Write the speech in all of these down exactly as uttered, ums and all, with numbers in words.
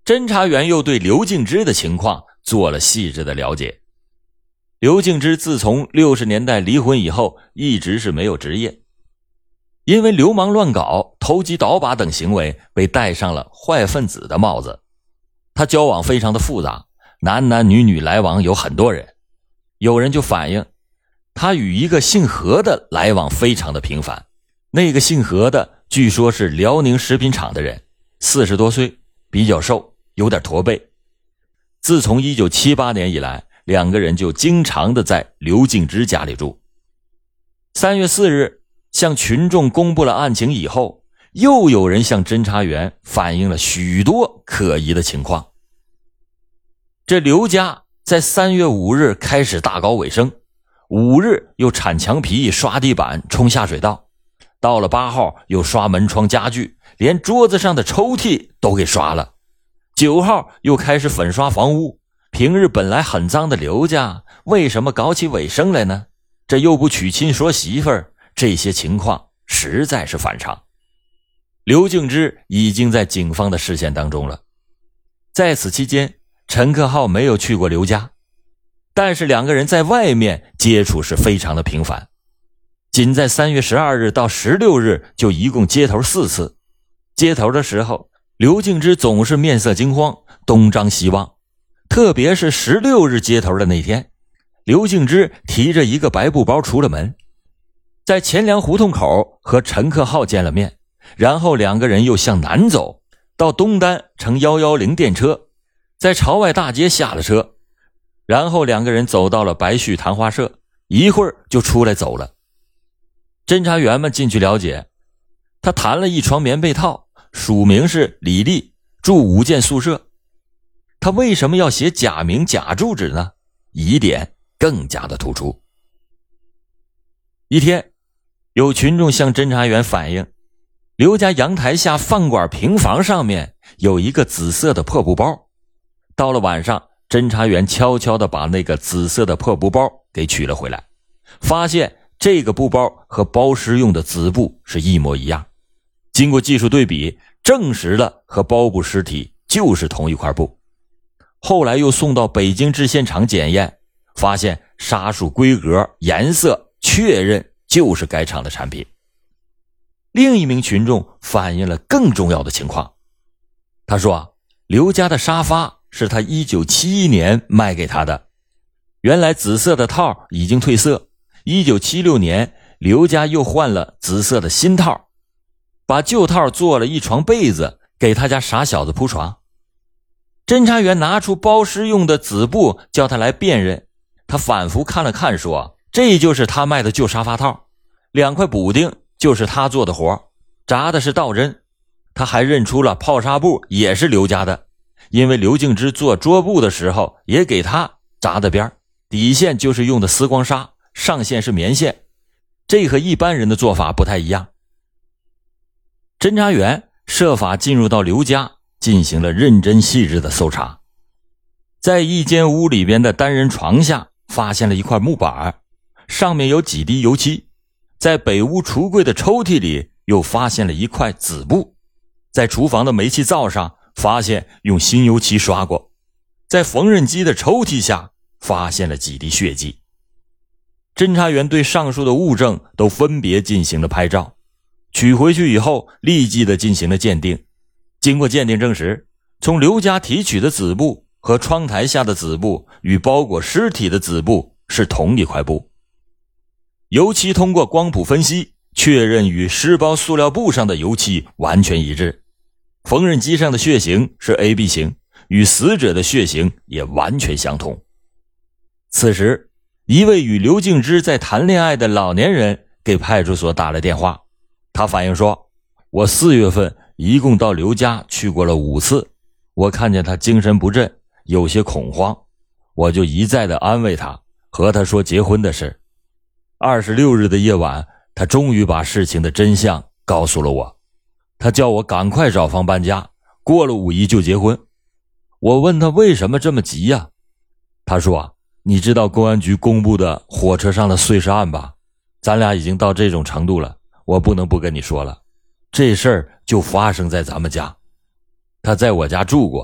侦查员又对刘敬之的情况做了细致的了解。刘敬之自从六十年代离婚以后，一直是没有职业，因为流氓乱搞、投机倒把等行为被戴上了坏分子的帽子。他交往非常的复杂，男男女女来往有很多人。有人就反映，他与一个姓何的来往非常的频繁。那个姓何的据说是辽宁食品厂的人，四十多岁，比较瘦，有点驼背。自从一九七八年以来，两个人就经常的在刘敬之家里住。三月四日，向群众公布了案情以后，又有人向侦查员反映了许多可疑的情况。这刘家在三月五日开始大搞卫生，五日又铲墙皮、刷地板、冲下水道，到了八号又刷门窗家具，连桌子上的抽屉都给刷了。九号又开始粉刷房屋，平日本来很脏的刘家为什么搞起卫生来呢？这又不娶亲说媳妇儿，这些情况实在是反常。刘敬之已经在警方的视线当中了。在此期间，陈克浩没有去过刘家，但是两个人在外面接触是非常的频繁。仅在三月十二日到十六日就一共接头四次。接头的时候，刘敬之总是面色惊慌，东张西望。特别是十六日接头的那天，刘敬之提着一个白布包出了门，在钱粮胡同口和陈克浩见了面，然后两个人又向南走，到东单乘一一零电车，在朝外大街下了车，然后两个人走到了白旭谈话社，一会儿就出来走了。侦查员们进去了解，他谈了一床棉被套，署名是李丽，住五建宿舍。他为什么要写假名假住址呢？疑点更加的突出。一天，有群众向侦查员反映，刘家阳台下饭馆平房上面有一个紫色的破布包。到了晚上，侦查员悄悄地把那个紫色的破布包给取了回来，发现这个布包和包尸用的紫布是一模一样。经过技术对比，证实了和包布尸体就是同一块布。后来又送到北京制宪厂检验，发现纱数规格、颜色确认就是该厂的产品。另一名群众反映了更重要的情况，他说刘家的沙发是他一九七一年卖给他的，原来紫色的套已经褪色，一九七六年刘家又换了紫色的新套，把旧套做了一床被子给他家傻小子铺床。侦查员拿出包尸用的紫布叫他来辨认，他反复看了看说，这就是他卖的旧沙发套，两块补丁就是他做的活，扎的是倒针。他还认出了泡纱布也是刘家的，因为刘敬之做桌布的时候也给他扎的边，底线就是用的丝光纱，上线是棉线，这和一般人的做法不太一样。侦查员设法进入到刘家，进行了认真细致的搜查。在一间屋里边的单人床下发现了一块木板，上面有几滴油漆。在北屋橱柜的抽屉里又发现了一块紫布。在厨房的煤气灶上发现用新油漆刷过。在缝纫机的抽屉下发现了几滴血迹。侦查员对上述的物证都分别进行了拍照，取回去以后立即的进行了鉴定。经过鉴定证实，从刘家提取的紫布和窗台下的紫布与包裹尸体的紫布是同一块布。油漆通过光谱分析确认与尸包塑料布上的油漆完全一致。缝纫机上的血型是 A B 型，与死者的血型也完全相同。此时，一位与刘敬之在谈恋爱的老年人给派出所打了电话，他反映说，我四月份一共到刘家去过了五次，我看见他精神不振，有些恐慌，我就一再的安慰他，和他说结婚的事。二十六日的夜晚，他终于把事情的真相告诉了我，他叫我赶快找房搬家，过了五一就结婚。我问他为什么这么急呀？他说啊，你知道公安局公布的火车上的碎尸案吧？咱俩已经到这种程度了，我不能不跟你说了，这事儿就发生在咱们家。他在我家住过，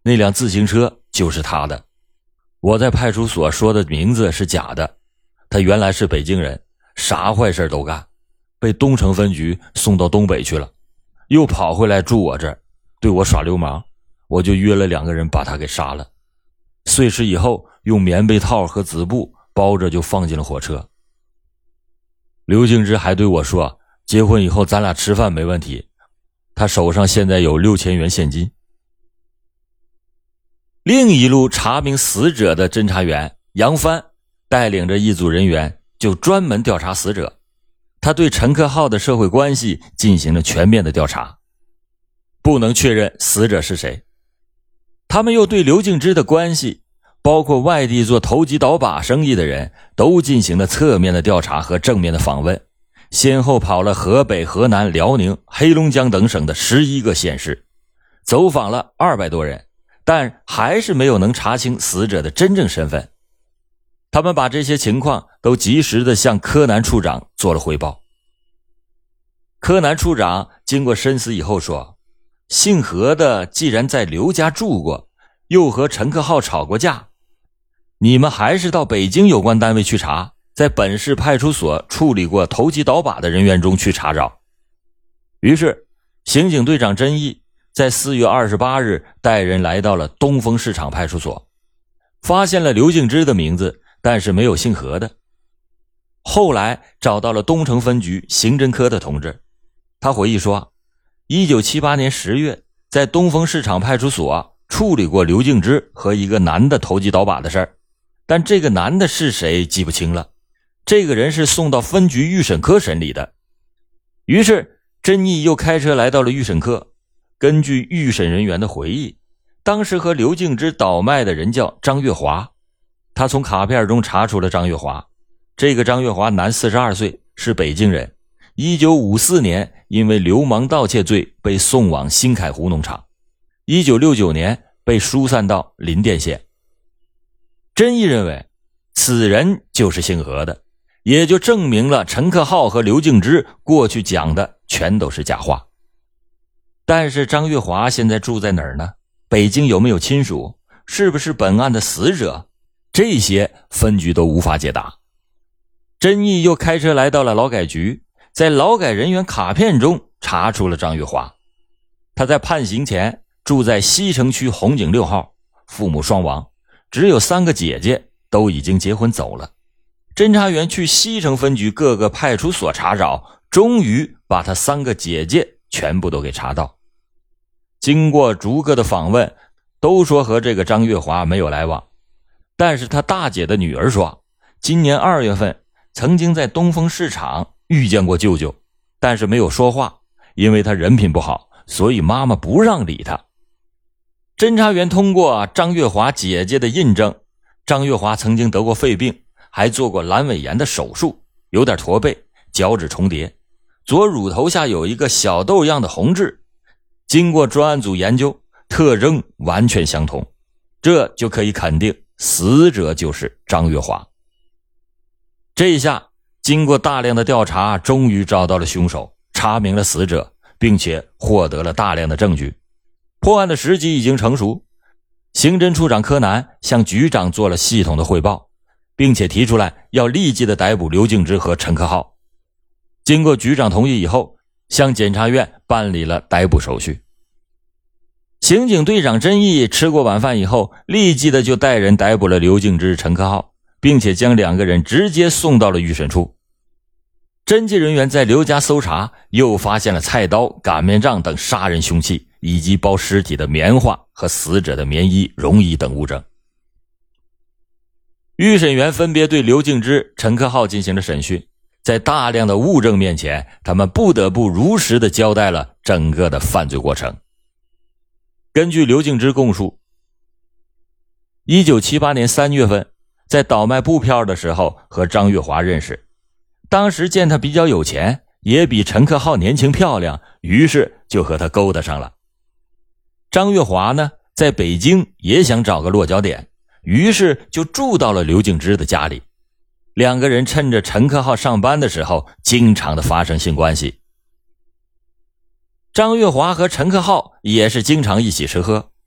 那辆自行车就是他的。我在派出所说的名字是假的，他原来是北京人，啥坏事都干，被东城分局送到东北去了，又跑回来住我这儿，对我耍流氓，我就约了两个人把他给杀了。碎尸以后用棉被套和紫布包着就放进了火车。刘敬之还对我说，结婚以后咱俩吃饭没问题，他手上现在有六千元现金。另一路查明死者的侦查员杨帆带领着一组人员就专门调查死者，他对陈克浩的社会关系进行了全面的调查，不能确认死者是谁。他们又对刘敬之的关系，包括外地做投机倒把生意的人，都进行了侧面的调查和正面的访问，先后跑了河北、河南、辽宁、黑龙江等省的十一个县市，走访了二百多人，但还是没有能查清死者的真正身份。他们把这些情况都及时地向柯南处长做了汇报。柯南处长经过深思以后说，姓何的既然在刘家住过，又和陈克浩吵过架，你们还是到北京有关单位去查，在本市派出所处理过投机倒把的人员中去查找。于是刑警队长甄毅在四月二十八日带人来到了东风市场派出所，发现了刘敬之的名字，但是没有姓何的。后来找到了东城分局刑侦科的同志，他回忆说，一九七八年十月在东风市场派出所处理过刘敬之和一个男的投机倒把的事儿，但这个男的是谁记不清了，这个人是送到分局预审科审理的。于是甄毅又开车来到了预审科，根据预审人员的回忆，当时和刘敬之倒卖的人叫张月华，他从卡片中查出了张月华。这个张月华男四十二岁，是北京人，一九五四年因为流氓盗窃罪被送往新凯湖农场，一九六九年被疏散到林甸县。甄毅认为此人就是姓何的，也就证明了陈克浩和刘敬之过去讲的全都是假话。但是张月华现在住在哪儿呢？北京有没有亲属？是不是本案的死者？这些分局都无法解答。甄毅又开车来到了劳改局，在劳改人员卡片中查出了张月华。他在判刑前住在西城区红井六号，父母双亡，只有三个姐姐，都已经结婚走了。侦查员去西城分局各个派出所查找，终于把他三个姐姐全部都给查到。经过逐个的访问，都说和这个张月华没有来往。但是他大姐的女儿说，今年二月份曾经在东风市场遇见过舅舅，但是没有说话，因为他人品不好，所以妈妈不让理他。侦查员通过张月华姐姐的印证，张月华曾经得过肺病，还做过阑尾炎的手术，有点驼背，脚趾重叠，左乳头下有一个小豆样的红痣。经过专案组研究，特征完全相同，这就可以肯定死者就是张月华。这一下经过大量的调查，终于找到了凶手，查明了死者，并且获得了大量的证据。破案的时机已经成熟，刑侦处长柯南向局长做了系统的汇报，并且提出来要立即的逮捕刘敬之和陈克浩。经过局长同意以后，向检察院办理了逮捕手续。刑警队长甄毅吃过晚饭以后，立即的就带人逮捕了刘敬之、陈克浩，并且将两个人直接送到了预审处。侦缉人员在刘家搜查，又发现了菜刀、擀面杖等杀人凶器，以及包尸体的棉花和死者的棉衣、绒衣等物证。预审员分别对刘敬之、陈克浩进行了审讯，在大量的物证面前，他们不得不如实的交代了整个的犯罪过程。根据刘敬之供述，一九七八年三月份，在倒卖布票的时候和张月华认识，当时见他比较有钱，也比陈克浩年轻漂亮，于是就和他勾搭上了。张月华呢，在北京也想找个落脚点，于是就住到了刘敬之的家里。两个人趁着陈克浩上班的时候，经常的发生性关系。张月华和陈克浩也是经常一起吃喝。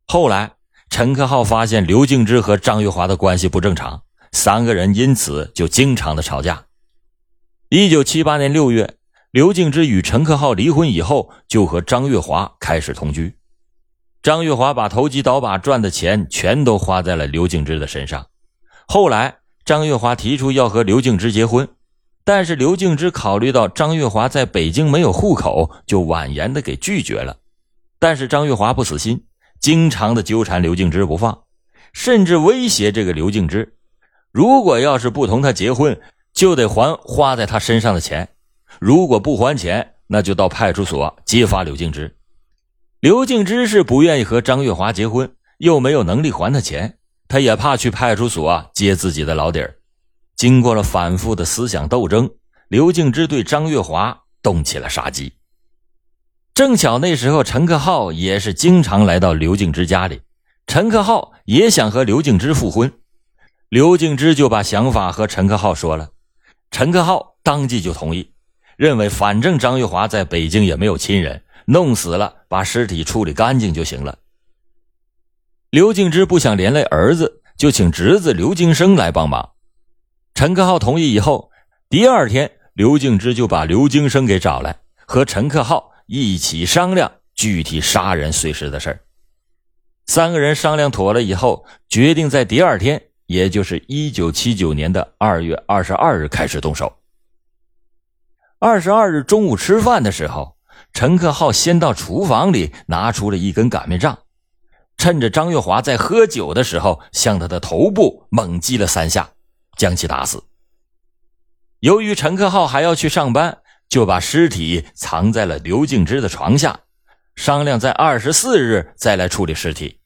后来陈克浩发现刘敬之和张月华的关系不正常，三个人因此就经常的吵架。一九七八年六月，刘敬之与陈克浩离婚以后，就和张月华开始同居。张月华把投机倒把赚的钱全都花在了刘敬之的身上。后来张月华提出要和刘敬之结婚，但是刘敬之考虑到张月华在北京没有户口，就婉言的给拒绝了。但是张月华不死心，经常的纠缠刘敬之不放，甚至威胁这个刘敬之，如果要是不同他结婚，就得还花在他身上的钱，如果不还钱，那就到派出所揭发刘敬之。刘敬之是不愿意和张月华结婚，又没有能力还他钱，他也怕去派出所揭自己的老底儿。经过了反复的思想斗争，刘敬之对张月华动起了杀机。正巧那时候陈克浩也是经常来到刘敬之家里，陈克浩也想和刘敬之复婚，刘敬之就把想法和陈克浩说了，陈克浩当即就同意，认为反正张月华在北京也没有亲人，弄死了把尸体处理干净就行了。刘敬之不想连累儿子，就请侄子刘京生来帮忙。陈克浩同意以后，第二天刘敬之就把刘京生给找来，和陈克浩一起商量具体杀人碎尸的事儿。三个人商量妥了以后，决定在第二天，也就是一九七九年的二月二十二日开始动手。二十二日中午吃饭的时候，陈克浩先到厨房里拿出了一根擀面杖，趁着张月华在喝酒的时候，向他的头部猛击了三下，将其打死。由于陈克浩还要去上班，就把尸体藏在了刘敬之的床下，商量在二十四日再来处理尸体。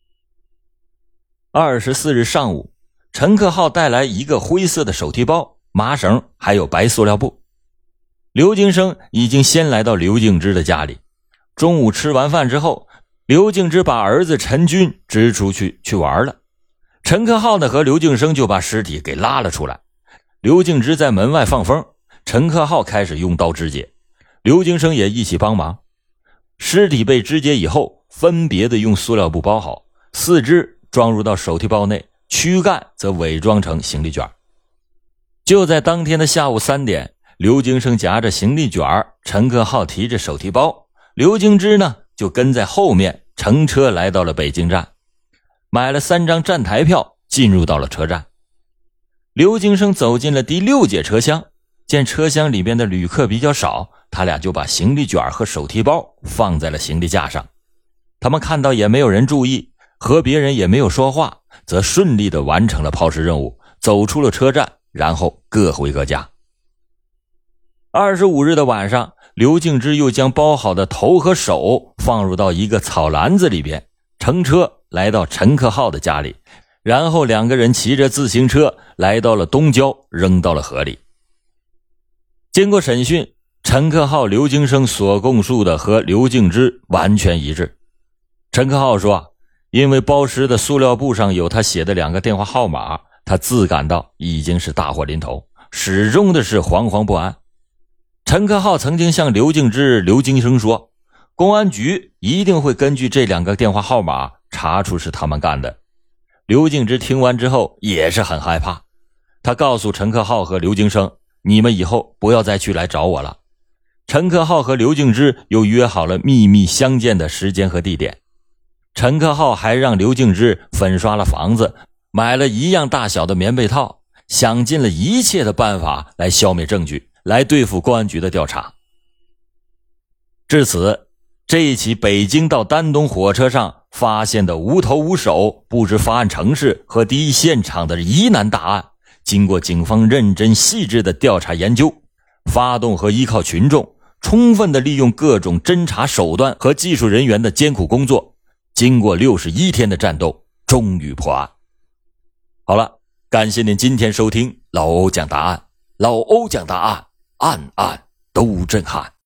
二十四日上午，陈克浩带来一个灰色的手提包、麻绳还有白塑料布。刘京生已经先来到刘敬之的家里，中午吃完饭之后，刘敬之把儿子陈军支出去去玩了。陈克浩呢和刘敬生就把尸体给拉了出来，刘敬之在门外放风，陈克浩开始用刀肢解，刘京生也一起帮忙。尸体被肢解以后，分别的用塑料布包好，四肢装入到手提包内，躯干则伪装成行李卷。就在当天的下午三点，刘京生夹着行李卷，陈克浩提着手提包，刘京之呢就跟在后面乘车来到了北京站，买了三张站台票，进入到了车站。刘京生走进了第六节车厢，见车厢里边的旅客比较少，他俩就把行李卷和手提包放在了行李架上。他们看到也没有人注意，和别人也没有说话，则顺利地完成了抛尸任务，走出了车站，然后各回各家。二十五日的晚上，刘敬之又将包好的头和手放入到一个草篮子里边，乘车来到陈克浩的家里，然后两个人骑着自行车来到了东郊，扔到了河里。经过审讯，陈克浩、刘京生所供述的和刘敬之完全一致。陈克浩说，因为包尸的塑料布上有他写的两个电话号码，他自感到已经是大祸临头，始终的是惶惶不安。陈克浩曾经向刘敬之、刘京生说，公安局一定会根据这两个电话号码查出是他们干的。刘敬之听完之后也是很害怕，他告诉陈克浩和刘京生，你们以后不要再去来找我了。陈克浩和刘敬之又约好了秘密相见的时间和地点。陈克浩还让刘敬之粉刷了房子，买了一样大小的棉被套，想尽了一切的办法来消灭证据，来对付公安局的调查。至此，这一起北京到丹东火车上发现的无头无手不知发案城市和第一现场的疑难大案，经过警方认真细致的调查研究，发动和依靠群众，充分的利用各种侦查手段和技术人员的艰苦工作，经过六十一天的战斗，终于破案。好了，感谢您今天收听老欧讲答案，老欧讲答案，案案都震撼。